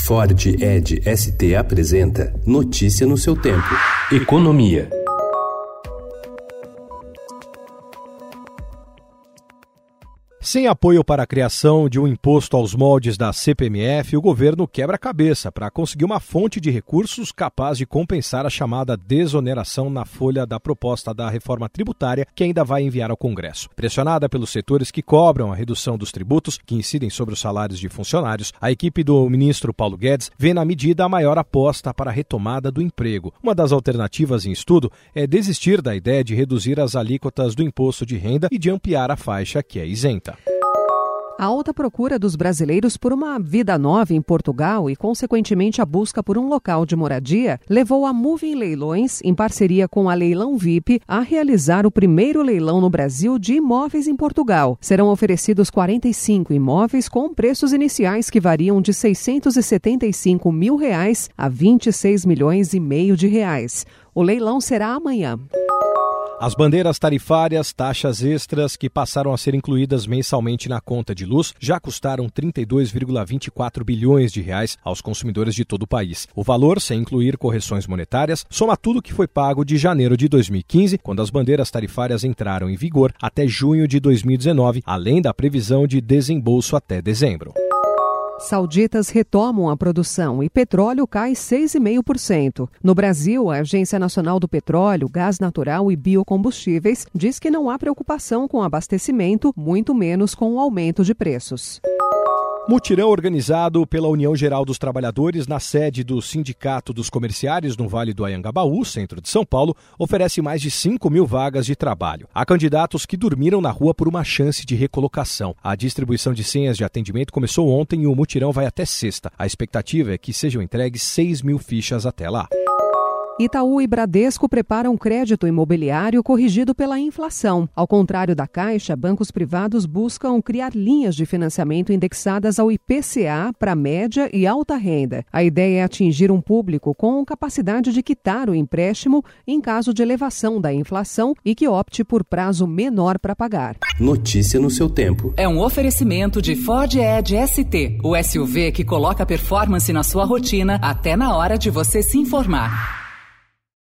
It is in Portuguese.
Ford Edge ST apresenta Notícia no seu tempo. Economia. Sem apoio para a criação de um imposto aos moldes da CPMF, o governo quebra a cabeça para conseguir uma fonte de recursos capaz de compensar a chamada desoneração na folha da proposta da reforma tributária que ainda vai enviar ao Congresso. Pressionada pelos setores que cobram a redução dos tributos que incidem sobre os salários de funcionários, a equipe do ministro Paulo Guedes vê na medida a maior aposta para a retomada do emprego. Uma das alternativas em estudo é desistir da ideia de reduzir as alíquotas do imposto de renda e de ampliar a faixa que é isenta. A alta procura dos brasileiros por uma vida nova em Portugal e, consequentemente, a busca por um local de moradia levou a Moving Leilões, em parceria com a Leilão VIP, a realizar o primeiro leilão no Brasil de imóveis em Portugal. Serão oferecidos 45 imóveis com preços iniciais que variam de R$ 675 mil a 26 milhões e meio de reais. O leilão será amanhã. As bandeiras tarifárias, taxas extras que passaram a ser incluídas mensalmente na conta de luz já custaram 32,24 bilhões de reais aos consumidores de todo o país. O valor, sem incluir correções monetárias, soma tudo que foi pago de janeiro de 2015, quando as bandeiras tarifárias entraram em vigor, até junho de 2019, além da previsão de desembolso até dezembro. Sauditas retomam a produção e petróleo cai 6,5%. No Brasil, a Agência Nacional do Petróleo, Gás Natural e Biocombustíveis diz que não há preocupação com o abastecimento, muito menos com o aumento de preços. Mutirão organizado pela União Geral dos Trabalhadores na sede do Sindicato dos Comerciários no Vale do Anhangabaú, centro de São Paulo, oferece mais de 5 mil vagas de trabalho. Há candidatos que dormiram na rua por uma chance de recolocação. A distribuição de senhas de atendimento começou ontem e o mutirão vai até sexta. A expectativa é que sejam entregues 6 mil fichas até lá. Itaú e Bradesco preparam crédito imobiliário corrigido pela inflação. Ao contrário da Caixa, bancos privados buscam criar linhas de financiamento indexadas ao IPCA para média e alta renda. A ideia é atingir um público com capacidade de quitar o empréstimo em caso de elevação da inflação e que opte por prazo menor para pagar. Notícia no seu tempo. É um oferecimento de Ford Edge ST, o SUV que coloca performance na sua rotina até na hora de você se informar.